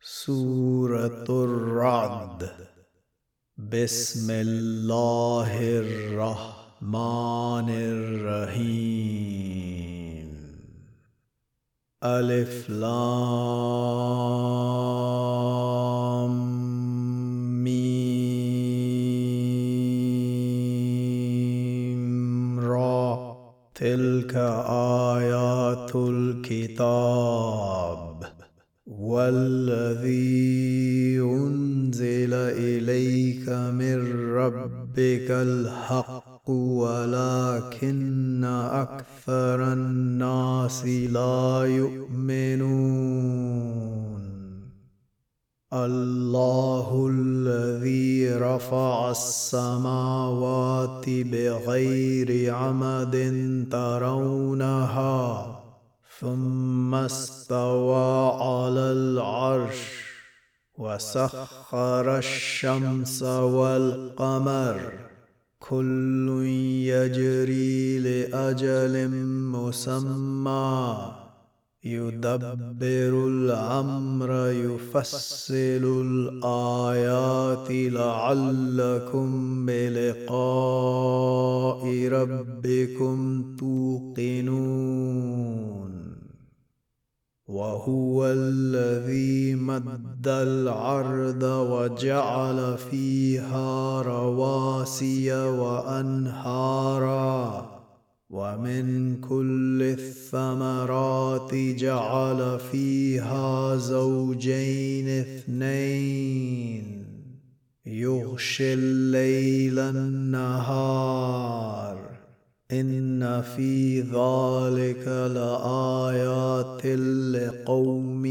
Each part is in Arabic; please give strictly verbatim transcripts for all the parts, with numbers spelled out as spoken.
سورة الرعد. بسم الله الرحمن الرحيم. ألف لام ميم را. تلك آيات الكتاب والذي أنزل إليك من ربك الحق ولكن أكثر الناس لا يؤمنون. الله الذي رفع السماوات بغير عمد ترونها ثم استوى على العرش وسخر الشمس والقمر كل يجري لأجل مسمى يدبر الأمر يفصل الآيات لعلكم بلقاء ربكم توقنون. وهو الذي مد الأرض وجعل فيها رواسي وأنهارا ومن كل الثمرات جعل فيها زوجين اثنين يغشي الليل النهار إن في ذلك لآيات لقوم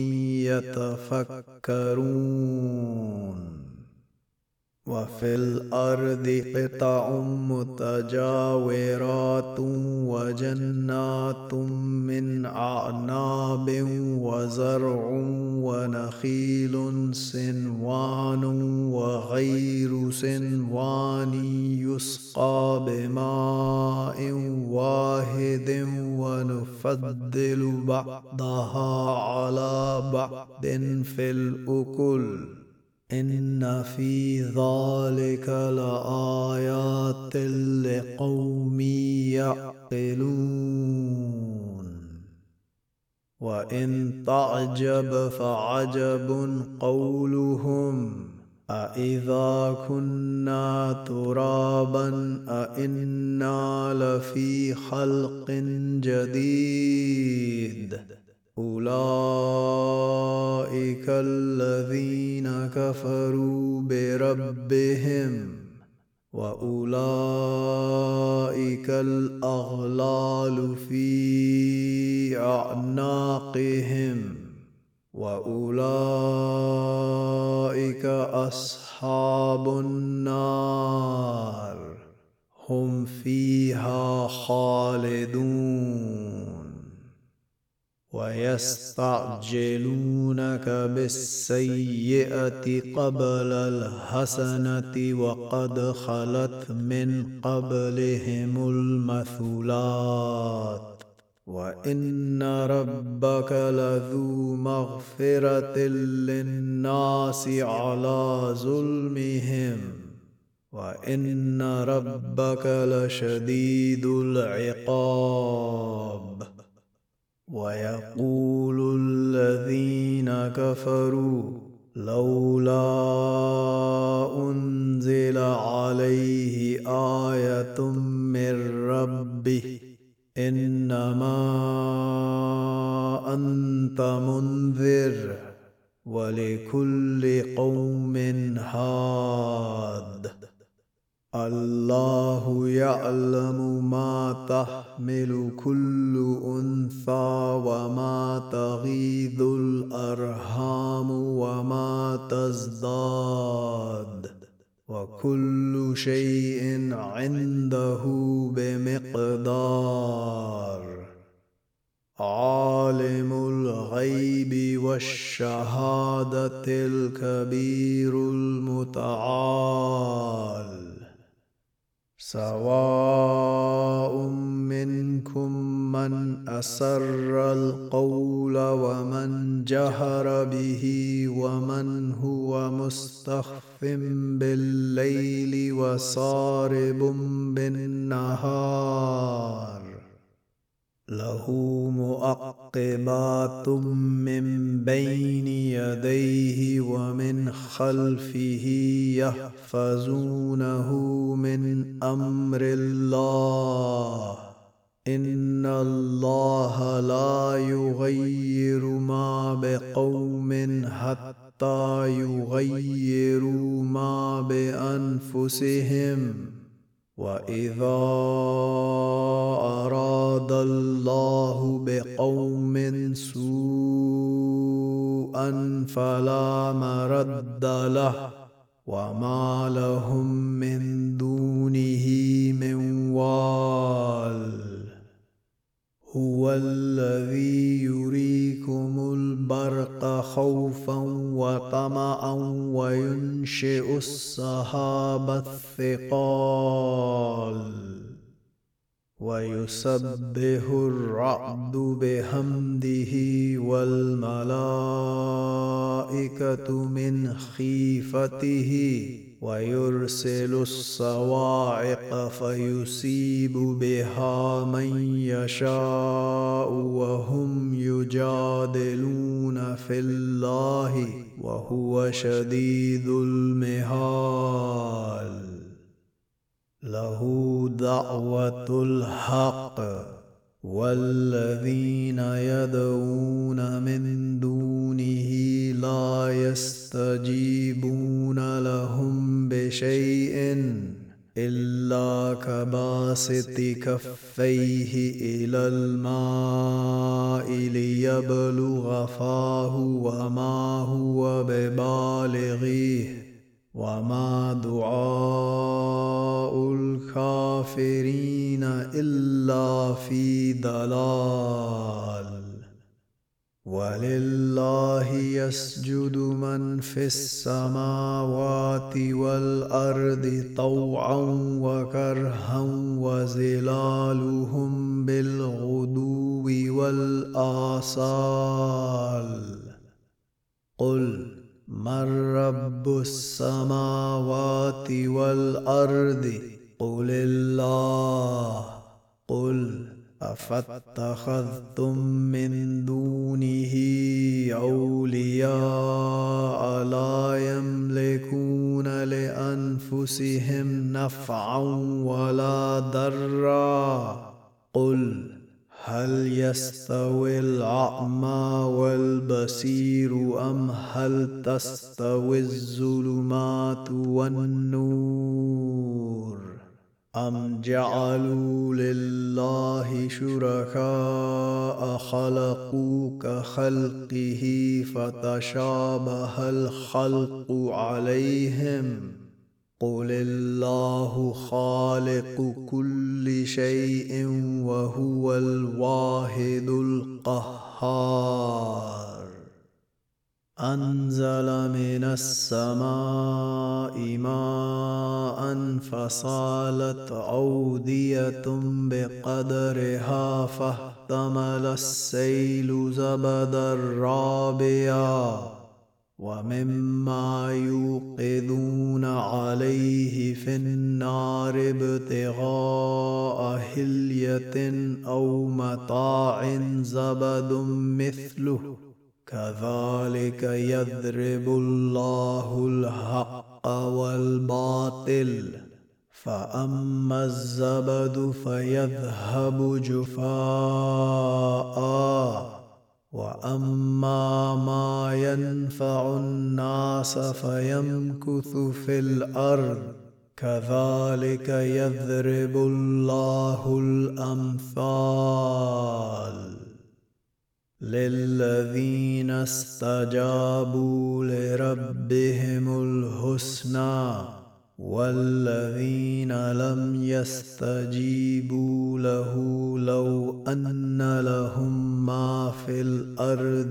يتفكرون. وفي الأرض قطع متجاورات وجنات من أعناب وزرع ونخيل صنوان وغير صنوان يسقى بماء واحد ونفضل بعضها على بعض في الأكل إن في ذلك لآيات لقوم يعقلون. وإن تعجب فعجب قولهم أإذا كنا ترابا أإنا لفي خلق جديد. أولئك الذين كفروا بربهم وأولئك الأغلال في أعناقهم وأولئك أصحاب النار هم فيها خالدون. ويستعجلونك بالسيئة قبل الحسنة وقد خلت من قبلهم المثلات وإن ربك لذو مغفرة للناس على ظلمهم وإن ربك لشديد العقاب. ويقول الذين كفروا لولا أنزل عليه آية من ربه إنما أنت منذر ولكل قوم هاد. الله يعلم ما تحمل كل أنثى وما تغيض الأرحام وما تزداد وكل شيء عنده بمقدار. عالم الغيب والشهادة الكبير المتعال. سواء منكم من أسر القول ومن جهر به ومن هو مستخف بالليل وسارب بالنهار له مؤقبات من بين يديه ومن خلفه يحفظونه من أمر الله إن الله لا يغير ما بقوم حتى يغيروا ما بأنفسهم وإذا أراد الله بقوم سوءا فلا مرد له وما لهم من دونه من وال هو الذي يريكم البرق خوفا وطمعا وينشئ السحاب الثقال ويسبح الرعد بحمده والملائكة من خيفته ويرسل الصواعق فيصيب بها من يشاء وهم يجادلون في الله وهو شديد المحال له دعوة الحق والذين يدعون من دونه لا يستجيبون لهم بشيء إلا كباسط كفيه إلى الماء ليبلغ فاه وما هو ببالغه وما دعاء الكافرين إلا في ضلال ولله يسجد من في السماوات والأرض طوعا وكرها وظلالهم بالغدو والآصال قل من رب السماوات والأرض قل الله قل أفاتخذتم من دونه أولياء لا يملكون لأنفسهم نفعا ولا ضرا قل هل يستوي الأعمى والبصير أم هل تستوي الظلمات والنور أم جعلوا لله شركاء خلقوا كخلقه فتشابه الخلق عليهم قل الله خالق كل شيء وهو الواحد القهار أنزل من السماء ماء فصالت أودية بقدرها فاحتمل السيل زبدا رابيا ومما يوقدون عليه في النار ابتغاء حلية أو متاع زبد مثله كذلك يضرب الله الحق والباطل فأما الزبد فيذهب جفاء وأما ما ينفع الناس فيمكث في الأرض كذلك يضرب الله الأمثال للذين استجابوا لربهم الحسنى والذين لم يستجيبوا له لو أن لهم ما في الأرض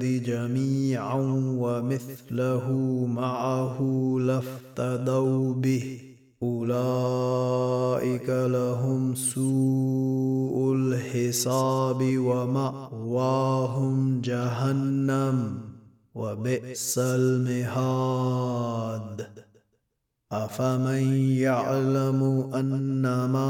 جميعا ومثله معه لافتدوا به أولئك لهم سوء الحساب ومأواهم جهنم وبئس المهاد. أفمن يعلم أنما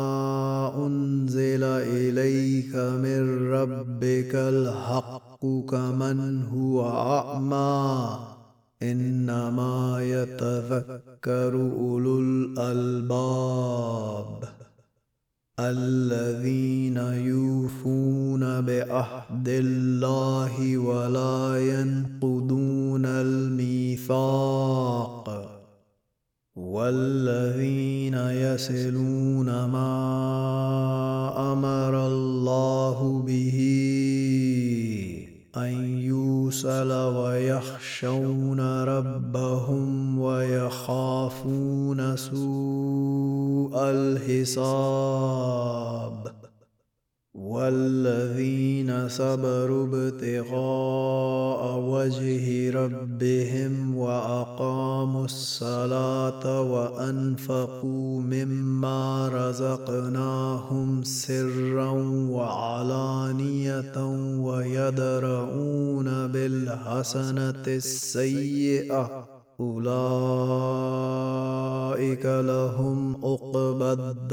أنزل إليك من ربك الحق كمن هو أعمى إنما يتذكر أولو الألباب الذين يوفون بعهد الله ولا ينقضون الميثاق والذين يصلون ما أمر الله به أن يوصل ويخشون ربهم ويخافون سوء الحساب والذين صبروا ابتغاء وجه ربهم وأقاموا الصلاة وأنفقوا مما رزقناهم سرا وعلانية ويدرؤون بالحسنة السيئة أولئك لهم عقبى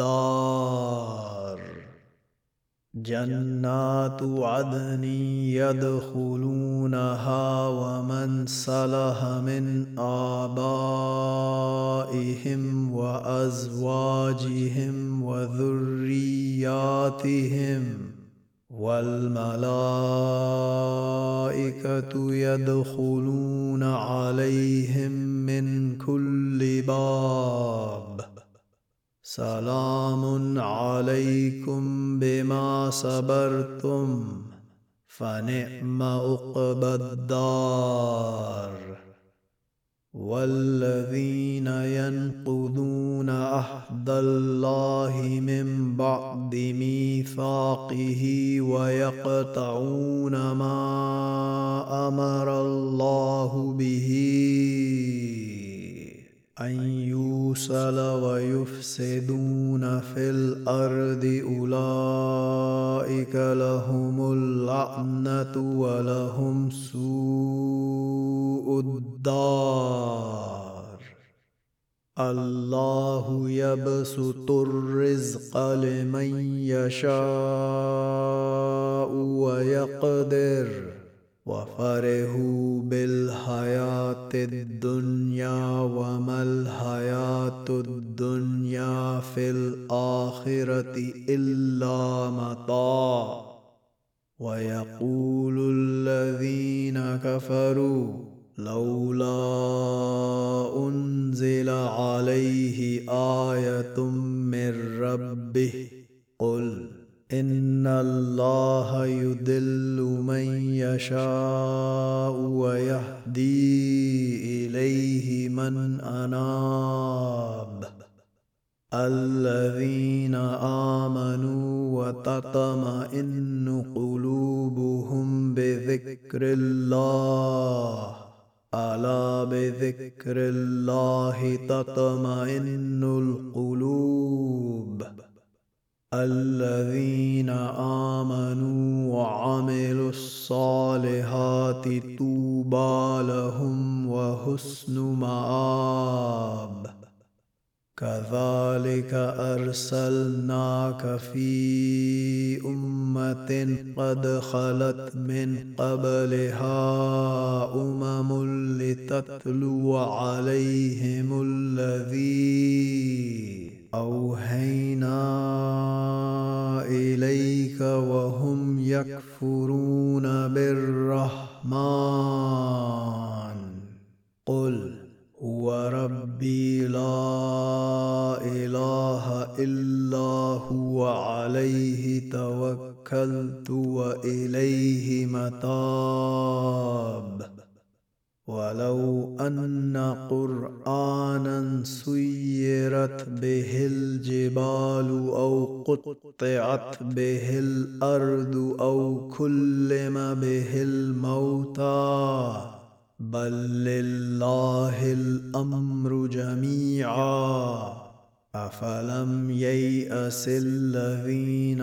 الدار جنات عدن يدخلونها ومن صلح من آبائهم وأزواجهم وذرياتهم والملائكة يدخلون عليهم من كل باب سلام عليكم بما صبرتم فنعم عقبى الدار. والذين ينقضون عهد الله من بعد ميثاقه ويقطعون ما أمر الله به أن يوصل ويفسدون في الأرض أولئك لهم اللعنة ولهم سوء الدار. الله يبسط الرزق لمن يشاء ويقدر وفرحوا بالحياة الدنيا وما الحياة الدنيا في الآخرة إلا متاع. ويقول الذين كفروا لولا أنزل عليه آية من ربه قل إن الله يضل من يشاء ويهدي إليه من أناب. الذين آمنوا وتطمئن قلوبهم بذكر الله ألا بذكر الله تطمئن القلوب. الذين آمنوا وعملوا الصالحات طوبى لهم وحسن مآب. كذلك أرسلناك في أمة قد خلت من قبلها أمم لتتلو عليهم الذي أوحينا إليك وهم يكفرون بالرحمن قل هو ربي لا إله إلا هو عليه توكلت وإليه متاب. ولو أن قرآنا سيرت به الجبال أو قطعت به الأرض أو كلم به الموتى بل لله الأمر جميعا أفلم ييأس الذين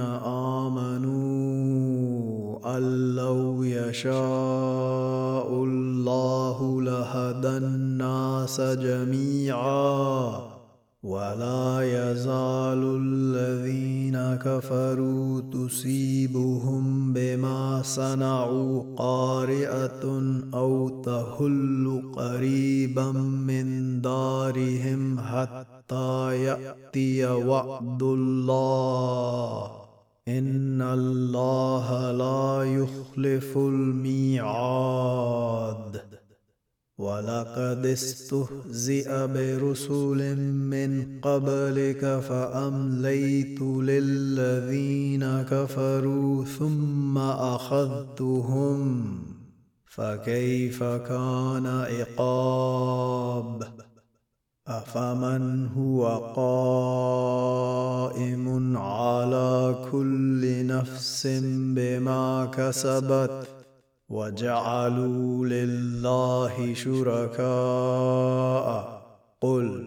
آمنوا أن لو يشاء الله لهدى الناس جميعا ولا يزال الذين كفروا تصيبهم بما صنعوا قارئة أو تحل قريبا من دارهم حتى يأتي وعد الله إن الله لا يخلف الميعاد ولقد استهزئ برسل من قبلك فأمليت للذين كفروا ثم أخذتهم فكيف كان عقاب أفمن هو قائم على كل نفس بما كسبت وجعلوا لله شركاء قل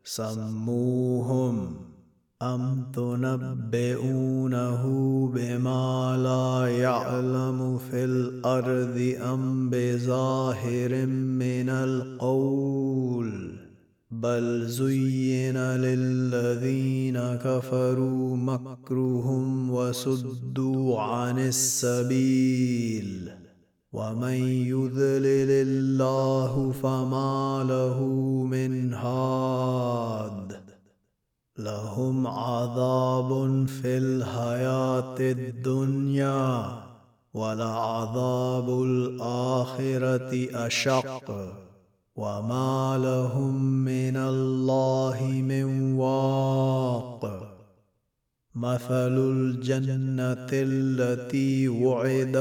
سموهم أم تنبئونه بما لا يعلم في الأرض أم بظاهر من القول بل زين للذين كفروا مكرهم وصدوا عن السبيل ومن يضلل الله فما له من هاد لهم عذاب في الحياة الدنيا ولعذاب الآخرة أشق وما لهم من الله من واق مثل الجنة التي وعد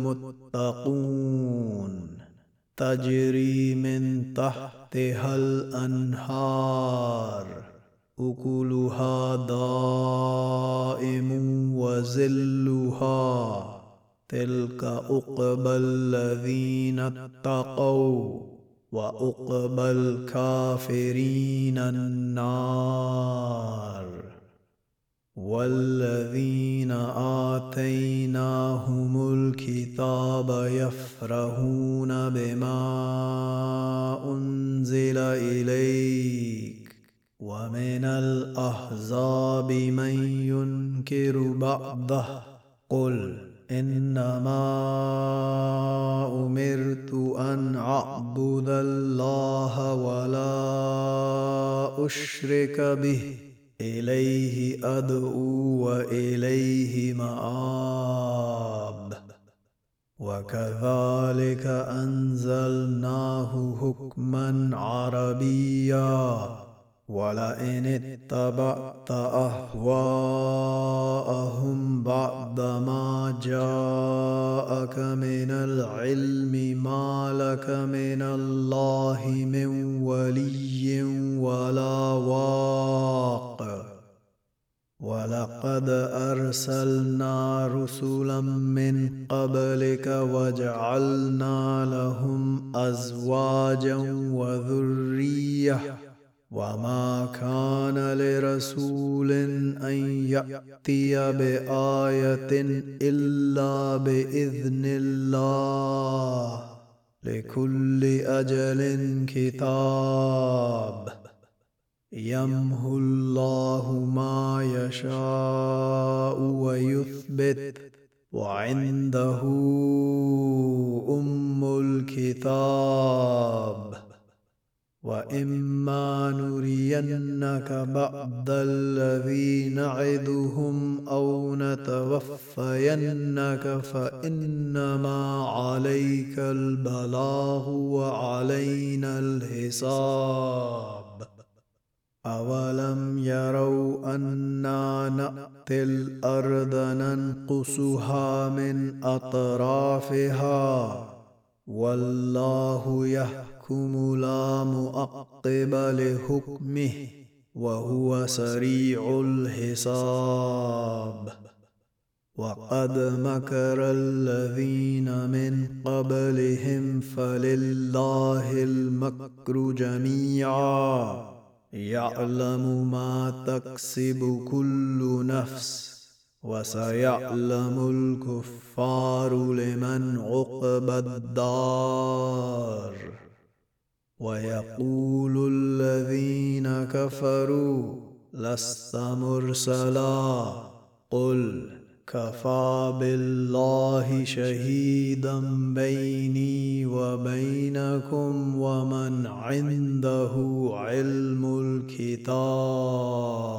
المتقون تجري من تحتها الأنهار أكلها دائم وظلها تلك عقبى الذين اتقوا وعقبى الكافرين النار والذين آتيناهم الكتاب يفرحون بما أنزل إليك ومن الأحزاب من ينكر بعضه قل إنما أمرت أن أعبد الله ولا أشرك به إليه أدعو وإليه مآب وكذلك أنزلناه حكما عربيا ولئن اتبعت أهواءهم بعدما جاءك من العلم ما لك من الله من ولي ولا واق ولقد أرسلنا رسلا من قبلك وجعلنا لهم أزواجا وذرية وما كان لرسول أن يأتي بآية إلا بإذن الله لكل أجل كتاب يمحو الله ما يشاء ويثبت وعنده أم الكتاب وإما نرينك بعض الذي نعدهم أو نتوفينك فإنما عليك البلاغ وعلينا الحساب أولم يروا أنا نأتي الأرض ننقصها من أطرافها والله يحكم لا مؤقب لحكمه وهو سريع الحساب وقد مكر الذين من قبلهم فلله المكر جميعا يعلم ما تكسب كل نفس وسيعلم الكفار لمن عقبى الدار. ويقول الذين كفروا لست مرسلا قل كفى بالله شهيدا بيني وبينكم ومن عنده علم الكتاب.